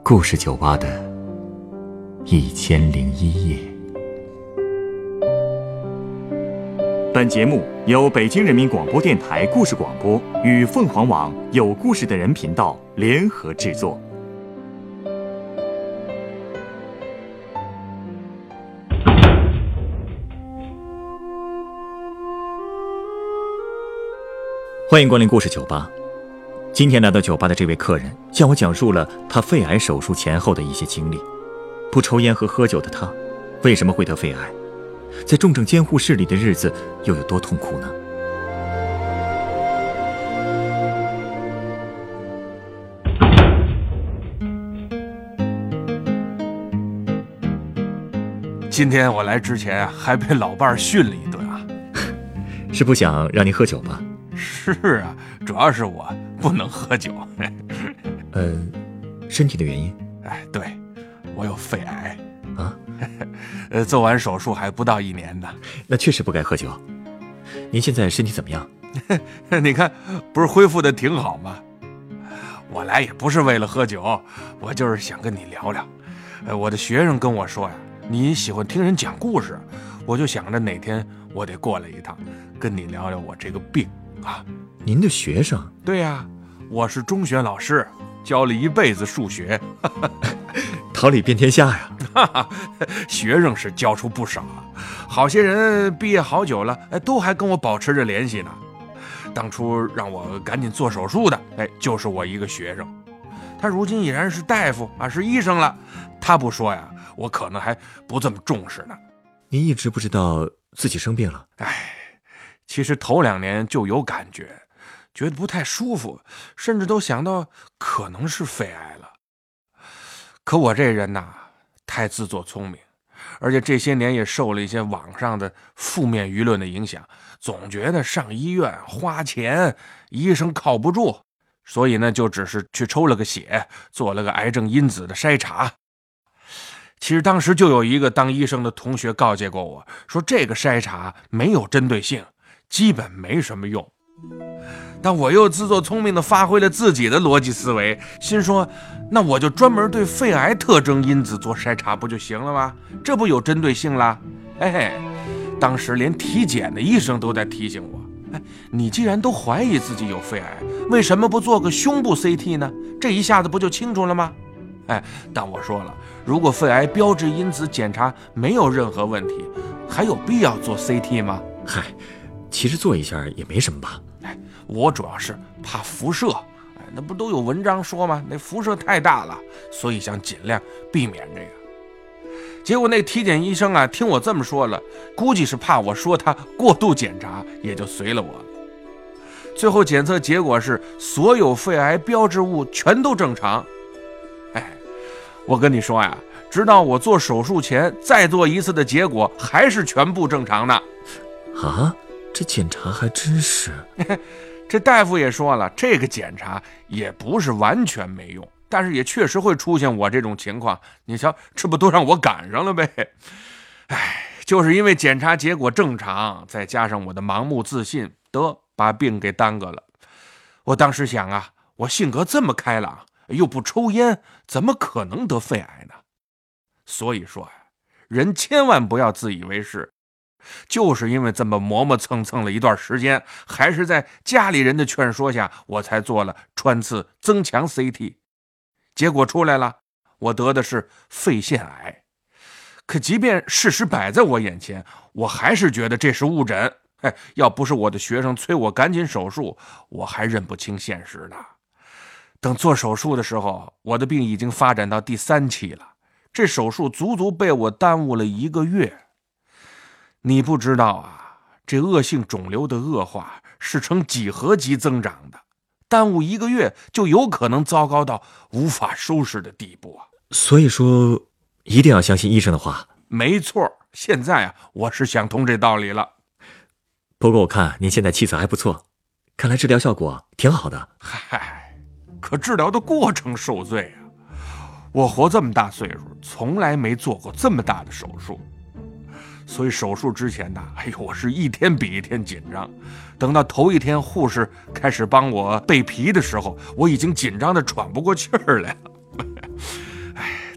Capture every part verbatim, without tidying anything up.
故事酒吧的一千零一夜。本节目由北京人民广播电台故事广播与凤凰网有故事的人频道联合制作。欢迎光临故事酒吧。今天来到酒吧的这位客人向我讲述了他肺癌手术前后的一些经历。不抽烟和喝酒的他为什么会得肺癌？在重症监护室里的日子又有多痛苦呢？ 今天我来之前还被老伴儿训了一顿啊。 是不想让您喝酒吧？ 是啊，主要是我不能喝酒。 呃，身体的原因？ 哎，对，我有肺癌啊。 呃，做完手术还不到一年呢。 那确实不该喝酒。您现在身体怎么样？ 你看，不是恢复的挺好吗？我来也不是为了喝酒，我就是想跟你聊聊。呃，我的学生跟我说呀，你喜欢听人讲故事，我就想着哪天我得过来一趟，跟你聊聊我这个病啊。 您的学生？ 对呀，我是中学老师，教了一辈子数学。 桃李遍天下呀。 学生是教出不少啊，好些人毕业好久了，哎，都还跟我保持着联系呢。当初让我赶紧做手术的，哎，就是我一个学生。他如今已然是大夫啊，是医生了。他不说呀，我可能还不这么重视呢。 您一直不知道自己生病了？ 哎，其实头两年就有感觉，觉得不太舒服，甚至都想到可能是肺癌了。可我这人呐，太自作聪明，而且这些年也受了一些网上的负面舆论的影响，总觉得上医院花钱，医生靠不住，所以呢，就只是去抽了个血，做了个癌症因子的筛查。其实当时就有一个当医生的同学告诫过我，说这个筛查没有针对性，基本没什么用。但我又自作聪明地发挥了自己的逻辑思维，心说那我就专门对肺癌特征因子做筛查不就行了吗？这不有针对性啦。哎，当时连体检的医生都在提醒我，哎，你既然都怀疑自己有肺癌，为什么不做个胸部 C T 呢？这一下子不就清楚了吗？哎，但我说了，如果肺癌标志因子检查没有任何问题，还有必要做 C T 吗？ 嗨，其实做一下也没什么吧。 哎，我主要是怕辐射，哎，那不都有文章说吗？那辐射太大了，所以想尽量避免这个。结果那体检医生啊，听我这么说了，估计是怕我说他过度检查，也就随了我了。最后检测结果是所有肺癌标志物全都正常。哎，我跟你说呀，直到我做手术前再做一次的结果还是全部正常的。 啊？这检查还真是。 这大夫也说了，这个检查也不是完全没用，但是也确实会出现我这种情况。你瞧，这不都让我赶上了呗？哎，就是因为检查结果正常，再加上我的盲目自信，得把病给耽搁了。我当时想啊，我性格这么开朗，又不抽烟，怎么可能得肺癌呢？所以说呀，人千万不要自以为是。就是因为这么磨磨蹭蹭了一段时间，还是在家里人的劝说下，我才做了穿刺增强 C T， 结果出来了，我得的是肺腺癌。可即便事实摆在我眼前，我还是觉得这是误诊。哎，要不是我的学生催我赶紧手术，我还认不清现实呢。等做手术的时候，我的病已经发展到第三期了，这手术足足被我耽误了一个月。你不知道啊，这恶性肿瘤的恶化是呈几何级增长的，耽误一个月就有可能糟糕到无法收拾的地步啊！ 所以说，一定要相信医生的话。 没错，现在啊，我是想通这道理了。 不过我看您现在气色还不错，看来治疗效果挺好的。 嗨，可治疗的过程受罪啊！我活这么大岁数，从来没做过这么大的手术。所以手术之前呢，哎呦，我是一天比一天紧张。等到头一天护士开始帮我备皮的时候，我已经紧张的喘不过气儿来了。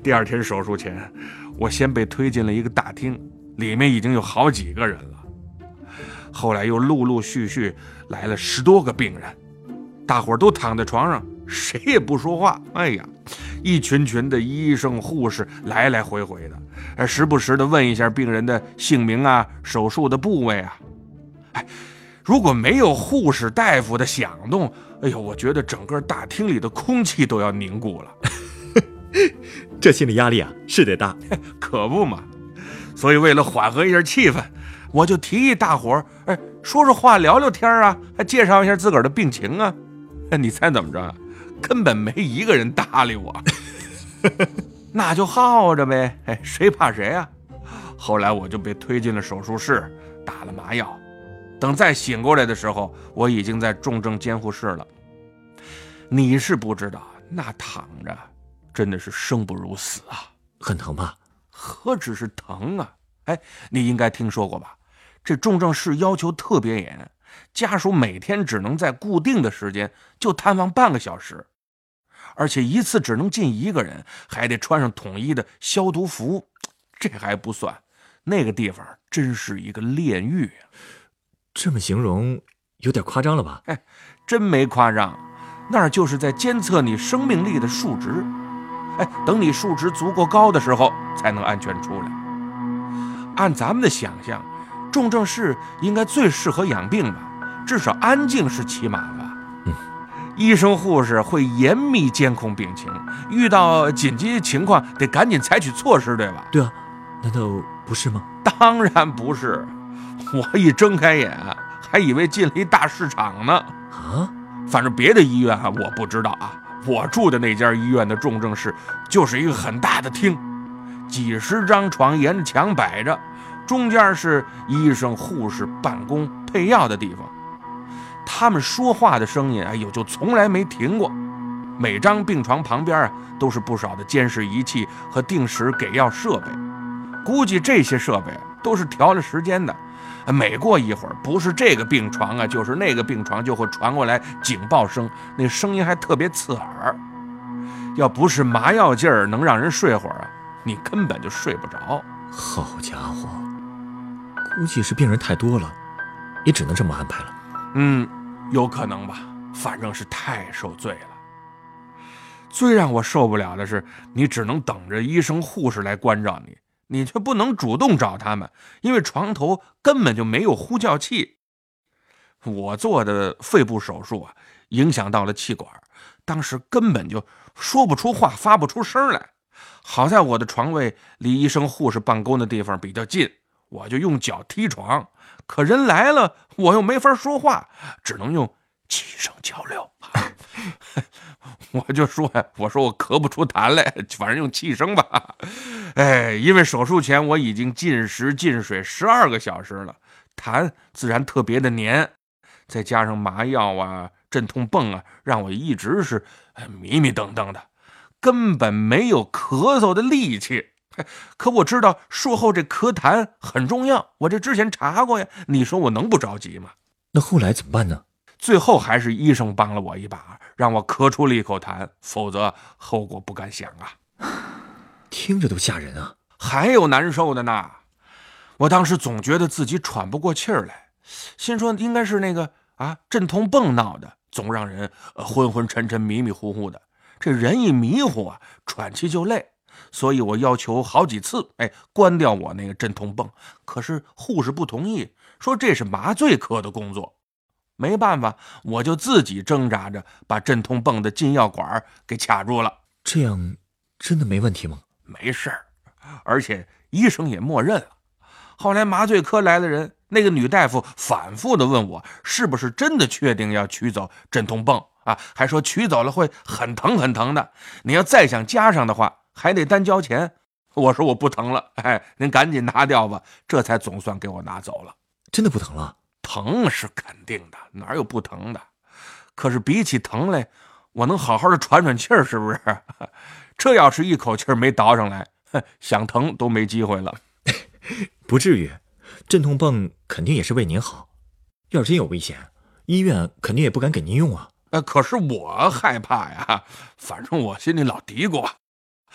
第二天手术前，我先被推进了一个大厅，里面已经有好几个人了。后来又陆陆续续来了十多个病人，大伙儿都躺在床上，谁也不说话。哎呀，一群群的医生护士来来回回的，时不时的问一下病人的姓名啊，手术的部位啊。哎，如果没有护士大夫的响动，哎呦，我觉得整个大厅里的空气都要凝固了。 这心理压力啊，是得大。 可不嘛。所以为了缓和一下气氛，我就提议大伙儿，哎，说说话，聊聊天啊，还介绍一下自个儿的病情啊。你猜怎么着？根本没一个人搭理我。那就耗着呗，哎，谁怕谁啊？后来我就被推进了手术室，打了麻药。等再醒过来的时候，我已经在重症监护室了。你是不知道，那躺着真的是生不如死啊。 很疼吧？ 何止是疼啊！哎，你应该听说过吧？这重症室要求特别严，家属每天只能在固定的时间就探望半个小时，而且一次只能进一个人，还得穿上统一的消毒服。这还不算，那个地方真是一个炼狱啊！ 这么形容有点夸张了吧？ 哎，真没夸张，那儿就是在监测你生命力的数值。哎，等你数值足够高的时候，才能安全出来。按咱们的想象，重症室应该最适合养病吧，至少安静是起码吧。 嗯， 医生护士会严密监控病情，遇到紧急情况得赶紧采取措施，对吧？ 对啊，难道不是吗？ 当然不是，我一睁开眼，还以为进了一大市场呢。 啊？ 反正别的医院啊，我不知道啊。我住的那家医院的重症室就是一个很大的厅，几十张床沿着墙摆着，中间是医生护士办公配药的地方。他们说话的声音，哎呦，就从来没停过。每张病床旁边啊，都是不少的监视仪器和定时给药设备。估计这些设备都是调了时间的，每过一会儿，不是这个病床啊，就是那个病床就会传过来警报声，那声音还特别刺耳。要不是麻药劲儿能让人睡会儿啊，你根本就睡不着。 好家伙，估计是病人太多了，也只能这么安排了。 嗯，有可能吧，反正是太受罪了。最让我受不了的是，你只能等着医生护士来关照你，你却不能主动找他们，因为床头根本就没有呼叫器。我做的肺部手术啊，影响到了气管，当时根本就说不出话，发不出声来。好在我的床位离医生护士办公的地方比较近，我就用脚踢床，可人来了，我又没法说话，只能用气声交流。我就说呀，我说我咳不出痰来，反正用气声吧。哎，因为手术前我已经禁食禁水十二个小时了，痰自然特别的黏，再加上麻药啊、镇痛泵啊，让我一直是迷迷瞪瞪的，根本没有咳嗽的力气。可我知道术后这咳痰很重要，我这之前查过呀，你说我能不着急吗？ 那后来怎么办呢？ 最后还是医生帮了我一把，让我咳出了一口痰，否则后果不敢想啊。 听着都吓人啊。 还有难受的呢，我当时总觉得自己喘不过气儿来，心说应该是那个啊镇痛泵闹的，总让人、呃、昏昏沉沉迷迷糊糊的，这人一迷糊啊，喘气就累，所以我要求好几次，哎，关掉我那个镇痛泵，可是护士不同意，说这是麻醉科的工作。没办法，我就自己挣扎着把镇痛泵的进药管给卡住了。 这样真的没问题吗？ 没事儿，而且医生也默认了。后来麻醉科来的人，那个女大夫反复的问我是不是真的确定要取走镇痛泵啊，还说取走了会很疼很疼的，你要再想加上的话还得单交钱。我说我不疼了，哎，您赶紧拿掉吧，这才总算给我拿走了。 真的不疼了？ 疼是肯定的，哪有不疼的？可是比起疼来，我能好好的喘喘气儿，是不是？这要是一口气儿没倒上来，想疼都没机会了。 不至于，镇痛泵肯定也是为您好，要是真有危险，医院肯定也不敢给您用啊。 呃，可是我害怕呀，反正我心里老嘀咕啊，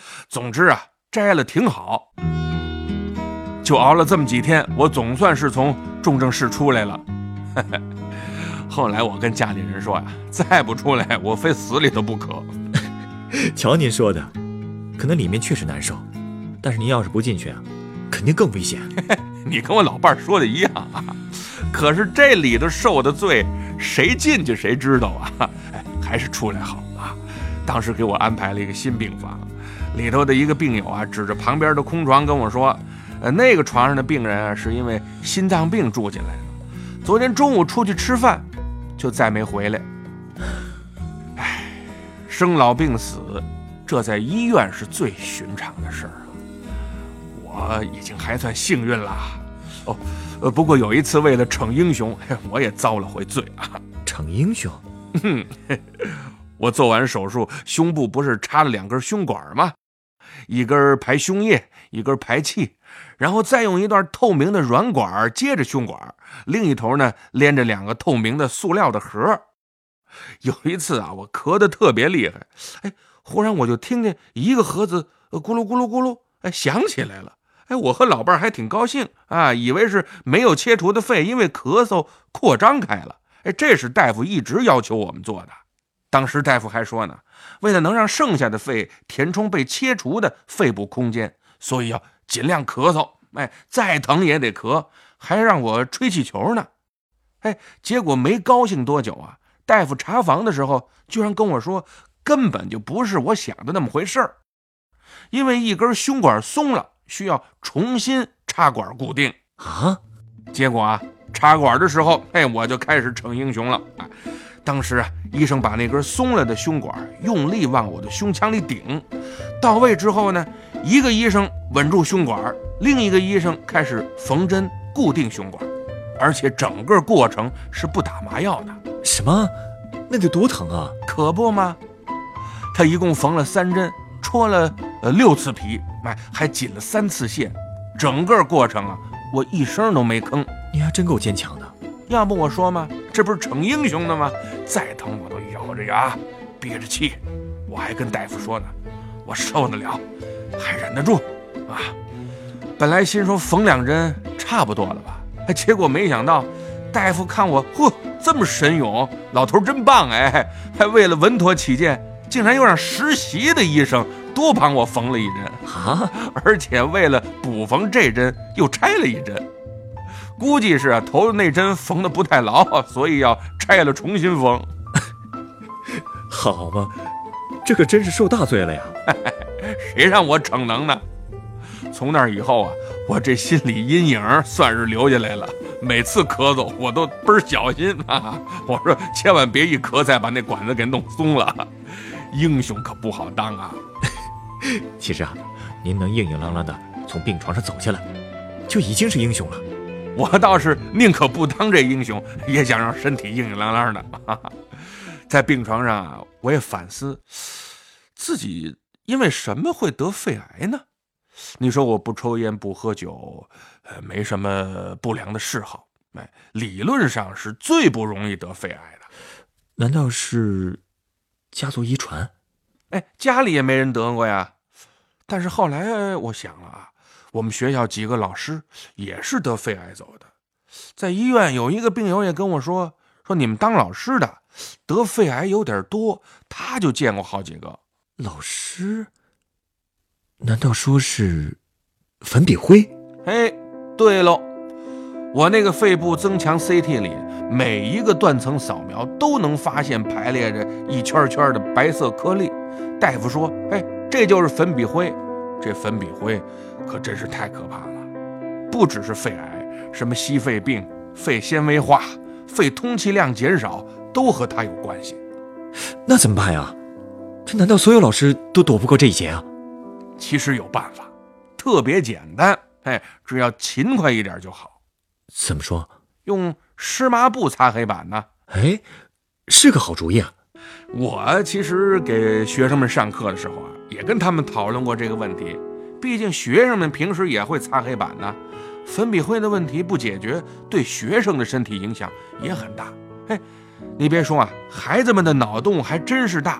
总之啊，摘了挺好。就熬了这么几天，我总算是从重症室出来了。后来我跟家里人说呀，再不出来我非死里头不可。 瞧您说的，可能里面确实难受，但是您要是不进去啊，肯定更危险。 你跟我老伴说的一样啊，可是这里头受的罪，谁进去谁知道啊。哎，还是出来好啊。当时给我安排了一个新病房，里头的一个病友啊，指着旁边的空床跟我说，呃，那个床上的病人啊，是因为心脏病住进来的，昨天中午出去吃饭，就再没回来。哎，生老病死，这在医院是最寻常的事儿啊。我已经还算幸运了。哦，呃，不过有一次为了逞英雄，我也遭了回罪啊。 逞英雄？ 哼，我做完手术，胸部不是插了两根胸管吗？一根排胸液，一根排气，然后再用一段透明的软管接着胸管，另一头呢连着两个透明的塑料的盒。有一次啊，我咳得特别厉害，哎，忽然我就听见一个盒子、呃、咕噜咕噜咕噜，哎，响起来了。哎，我和老伴还挺高兴啊，以为是没有切除的肺因为咳嗽扩张开了。哎，这是大夫一直要求我们做的。当时大夫还说呢，为了能让剩下的肺填充被切除的肺部空间，所以要尽量咳嗽，哎，再疼也得咳，还让我吹气球呢。哎，结果没高兴多久啊，大夫查房的时候居然跟我说，根本就不是我想的那么回事儿，因为一根胸管松了，需要重新插管固定啊。 结果啊，插管的时候，哎，我就开始逞英雄了。啊，当时啊，医生把那根松了的胸管用力往我的胸腔里顶，到位之后呢，一个医生稳住胸管，另一个医生开始缝针固定胸管，而且整个过程是不打麻药的。 什么？那得多疼啊！ 可不吗？他一共缝了三针，戳了呃六次皮，哎，还紧了三次线，整个过程啊，我一声都没吭。 你还真够坚强的。 要不我说嘛，这不是逞英雄的吗？再疼我都咬着牙憋着气，我还跟大夫说呢，我受得了，还忍得住啊。本来心说缝两针差不多了吧，结果没想到大夫看我，嚯，这么神勇，老头真棒哎！还为了稳妥起见，竟然又让实习的医生多帮我缝了一针啊！ 而且为了补缝这针，又拆了一针。估计是啊，头的那针缝的不太牢，所以要拆了重新缝。 好吧，这可真是受大罪了呀！ 谁让我逞能呢？从那以后啊，我这心理阴影算是留下来了。每次咳嗽我都倍儿小心啊！我说千万别一咳再把那管子给弄松了，英雄可不好当啊！ 其实啊，您能硬硬朗朗的从病床上走下来，就已经是英雄了。 我倒是宁可不当这英雄，也想让身体硬硬朗朗的。在病床上啊，我也反思自己因为什么会得肺癌呢？你说我不抽烟不喝酒，呃，没什么不良的嗜好，哎，理论上是最不容易得肺癌的。 难道是家族遗传？ 哎，家里也没人得过呀。但是后来我想了啊，我们学校几个老师也是得肺癌走的。在医院有一个病友也跟我说，说你们当老师的得肺癌有点多，他就见过好几个。 老师？难道说是粉笔灰？ 哎，对喽，我那个肺部增强 C T 里，每一个断层扫描都能发现排列着一圈圈的白色颗粒。大夫说，哎，这就是粉笔灰。这粉笔灰可真是太可怕了，不只是肺癌，什么矽肺病、肺纤维化、肺通气量减少都和它有关系。 那怎么办呀？这难道所有老师都躲不过这一劫啊？ 其实有办法，特别简单，哎，只要勤快一点就好。 怎么说？ 用湿抹布擦黑板呢？ 哎，是个好主意啊。 我其实给学生们上课的时候啊，也跟他们讨论过这个问题。毕竟学生们平时也会擦黑板呢，粉笔灰的问题不解决，对学生的身体影响也很大。哎，你别说啊，孩子们的脑洞还真是大。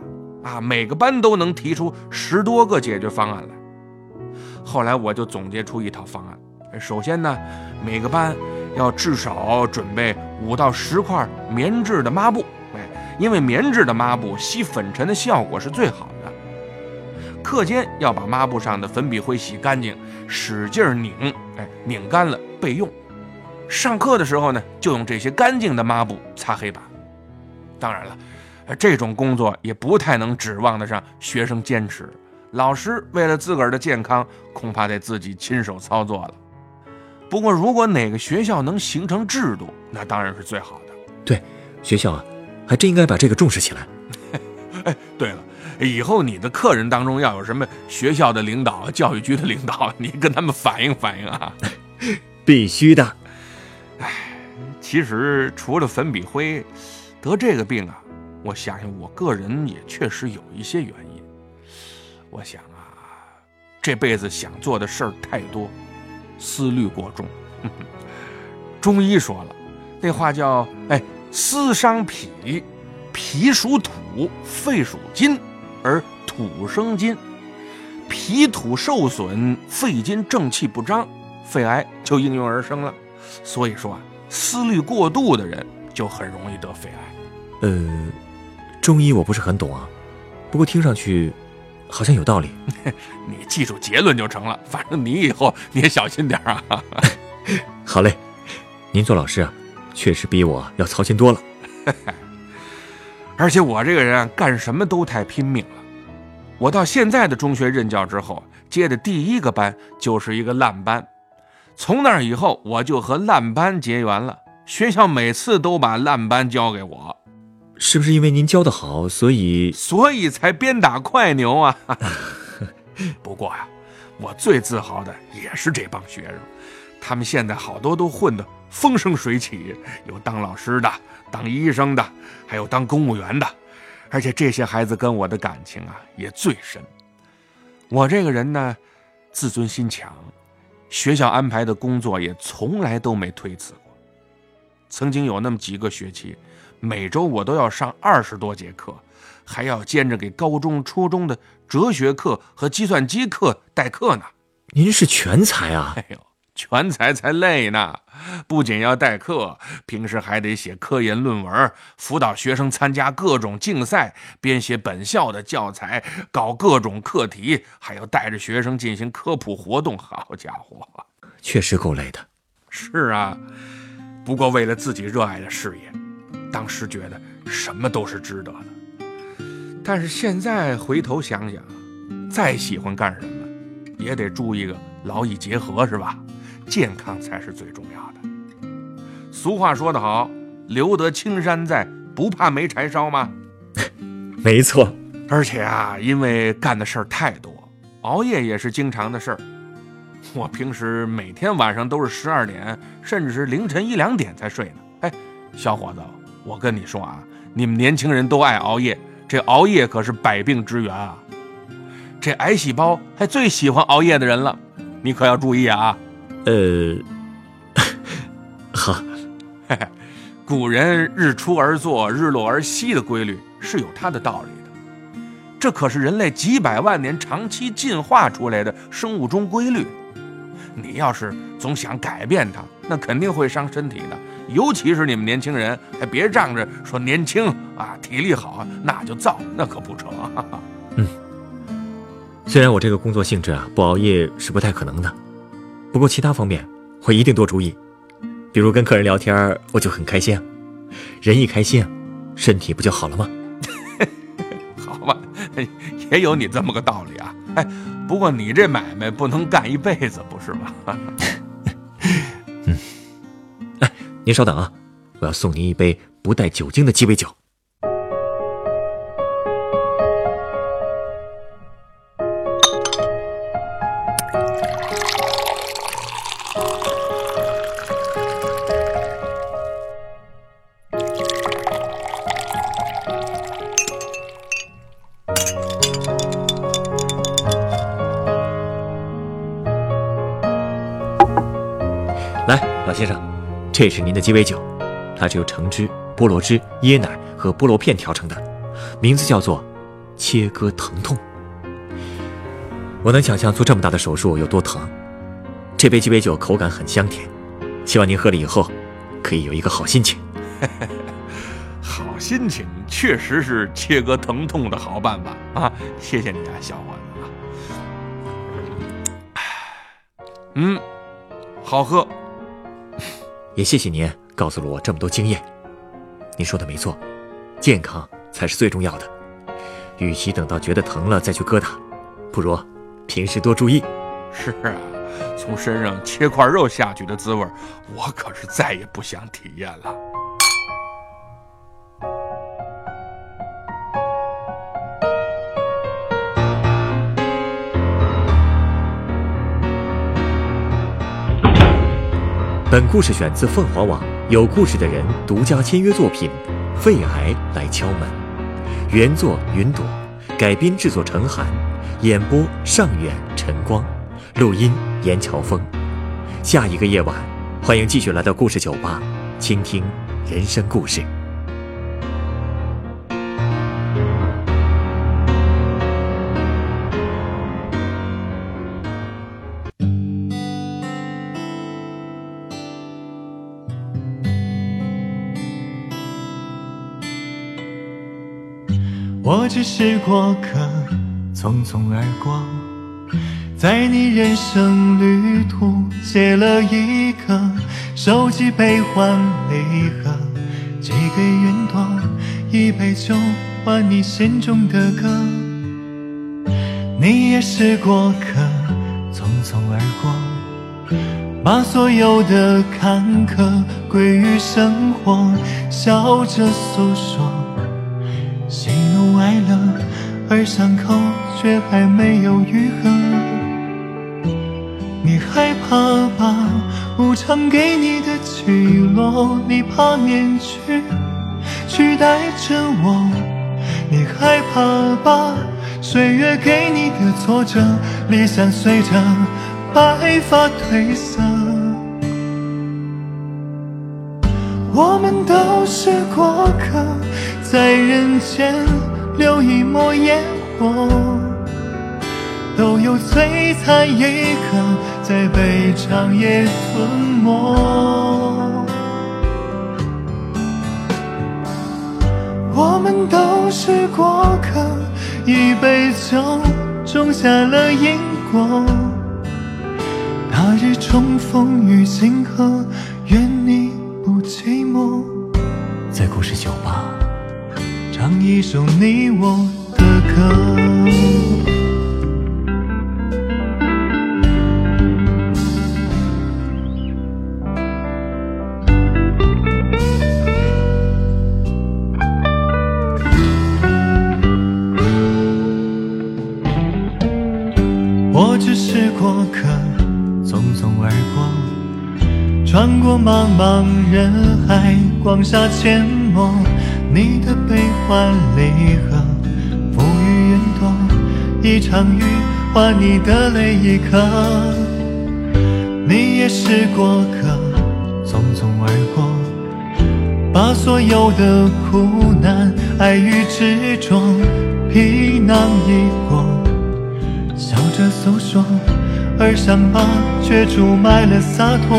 啊，每个班都能提出十多个解决方案来。后来我就总结出一套方案，首先呢，每个班要至少准备五到十块棉质的抹布，哎，因为棉质的抹布吸粉尘的效果是最好的。课间要把抹布上的粉笔灰洗干净，使劲拧，哎，拧干了备用。上课的时候呢，就用这些干净的抹布擦黑板。当然了，这种工作也不太能指望得上学生坚持，老师为了自个儿的健康，恐怕得自己亲手操作了。不过如果哪个学校能形成制度，那当然是最好的。 对，学校啊，还真应该把这个重视起来。 哎，对了，以后你的客人当中要有什么学校的领导、教育局的领导，你跟他们反映反映啊。 必须的。 哎，其实除了粉笔灰，得这个病啊，我想想我个人也确实有一些原因。我想啊，这辈子想做的事儿太多，思虑过重。呵呵，中医说了，那话叫哎，思伤脾，脾属土，肺属金，而土生金，脾土受损，肺金正气不张，肺癌就应运而生了。所以说啊，思虑过度的人就很容易得肺癌。 呃，中医我不是很懂啊，不过听上去好像有道理。 你记住结论就成了，反正你以后你也小心点啊。 好嘞，您做老师啊，确实比我要操心多了。 而且我这个人啊，干什么都太拼命了。我到现在的中学任教之后，接的第一个班就是一个烂班，从那以后我就和烂班结缘了。学校每次都把烂班交给我。 是不是因为您教得好，所以所以才鞭打快牛啊？不过呀、啊，我最自豪的也是这帮学生，他们现在好多都混得风生水起，有当老师的，当医生的，还有当公务员的，而且这些孩子跟我的感情啊也最深。我这个人呢，自尊心强，学校安排的工作也从来都没推辞过。曾经有那么几个学期，每周我都要上二十多节课，还要兼着给高中、初中的哲学课和计算机课代课呢。 您是全才啊！ 哎呦，全才才累呢，不仅要代课，平时还得写科研论文，辅导学生参加各种竞赛，编写本校的教材，搞各种课题，还要带着学生进行科普活动。好家伙， 确实够累的。 是啊，不过为了自己热爱的事业，当时觉得什么都是值得的。但是现在回头想想，再喜欢干什么，也得注意个劳逸结合，是吧？健康才是最重要的。俗话说得好，留得青山在，不怕没柴烧吗？ 没错。 而且啊，因为干的事儿太多，熬夜也是经常的事儿。我平时每天晚上都是十二点，甚至是凌晨一两点才睡呢。哎，小伙子，我跟你说啊，你们年轻人都爱熬夜，这熬夜可是百病之源啊。这癌细胞还最喜欢熬夜的人了，你可要注意啊。 呃，好。 古人日出而作，日落而息的规律是有它的道理的，这可是人类几百万年长期进化出来的生物钟规律。你要是总想改变它，那肯定会伤身体的。尤其是你们年轻人，还别仗着说年轻啊，体力好，那就造，那可不成。 嗯，虽然我这个工作性质啊，不熬夜是不太可能的，不过其他方面我一定多注意。比如跟客人聊天，我就很开心啊，人一开心，身体不就好了吗？ 好吧，也有你这么个道理啊。哎，不过你这买卖不能干一辈子，不是吗？ 嗯，哎，您稍等啊，我要送您一杯不带酒精的鸡尾酒。来，老先生，这是您的鸡尾酒，它是由橙汁、菠萝汁、椰奶和菠萝片调成的，名字叫做切割疼痛。我能想象做这么大的手术有多疼。这杯鸡尾酒口感很香甜，希望您喝了以后可以有一个好心情。 好心情确实是切割疼痛的好办法啊！谢谢你啊，小伙子啊。嗯，好喝。 也谢谢您告诉了我这么多经验。您说的没错，健康才是最重要的。与其等到觉得疼了再去割它，不如平时多注意。 是啊，从身上切块肉下去的滋味，我可是再也不想体验了。 本故事选自凤凰网有故事的人独家签约作品《肺癌来敲门》，原作云朵，改编制作陈寒，演播上远晨光，录音严乔峰。下一个夜晚，欢迎继续来到故事酒吧，倾听人生故事。 我只是过客，匆匆而过，在你人生旅途写了一个手机悲欢离合，寄给云朵一杯酒，换你心中的歌。你也是过客，匆匆而过，把所有的坎坷归于生活，笑着诉说喜怒哀乐，而伤口却还没有愈合。你害怕把无常给你的起落，你怕面具取代着我，你害怕把岁月给你的挫折，理想随着白发褪色。我们都是过客，在人间留一抹烟火，都有璀璨一刻，在被长夜吞没。我们都是过客，一杯酒种下了因果，那日重逢于星河，愿你不寂寞。在故事酒吧唱一首你我的歌。我只是过客，匆匆而过，穿过茫茫人海，广厦阡陌，你的悲欢离合，浮于云朵，一场雨换你的泪一颗。你也是过客，匆匆而过，把所有的苦难爱与执着皮囊一过，笑着诉说，而伤疤却注满了洒脱。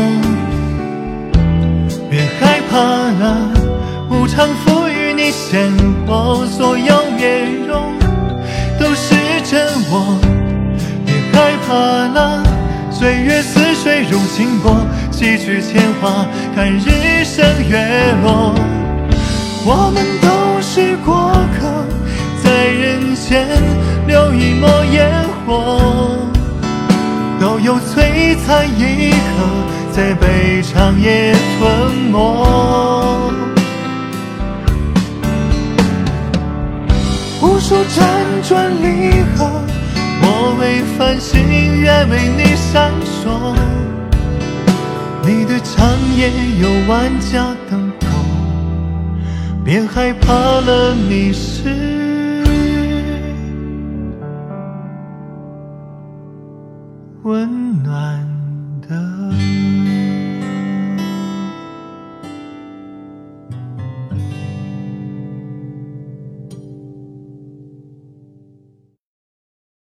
别害怕了，无常赋予你鲜活，所有面容都是真我。别害怕了，岁月似水如清波，几曲铅华看日升月落。我们都是过客，在人间留一抹烟火，都有璀璨一刻，在被长夜吞没。无数辗转离合，我为繁星，愿为你闪烁。你的长夜有万家灯火，别害怕了，你是温暖的。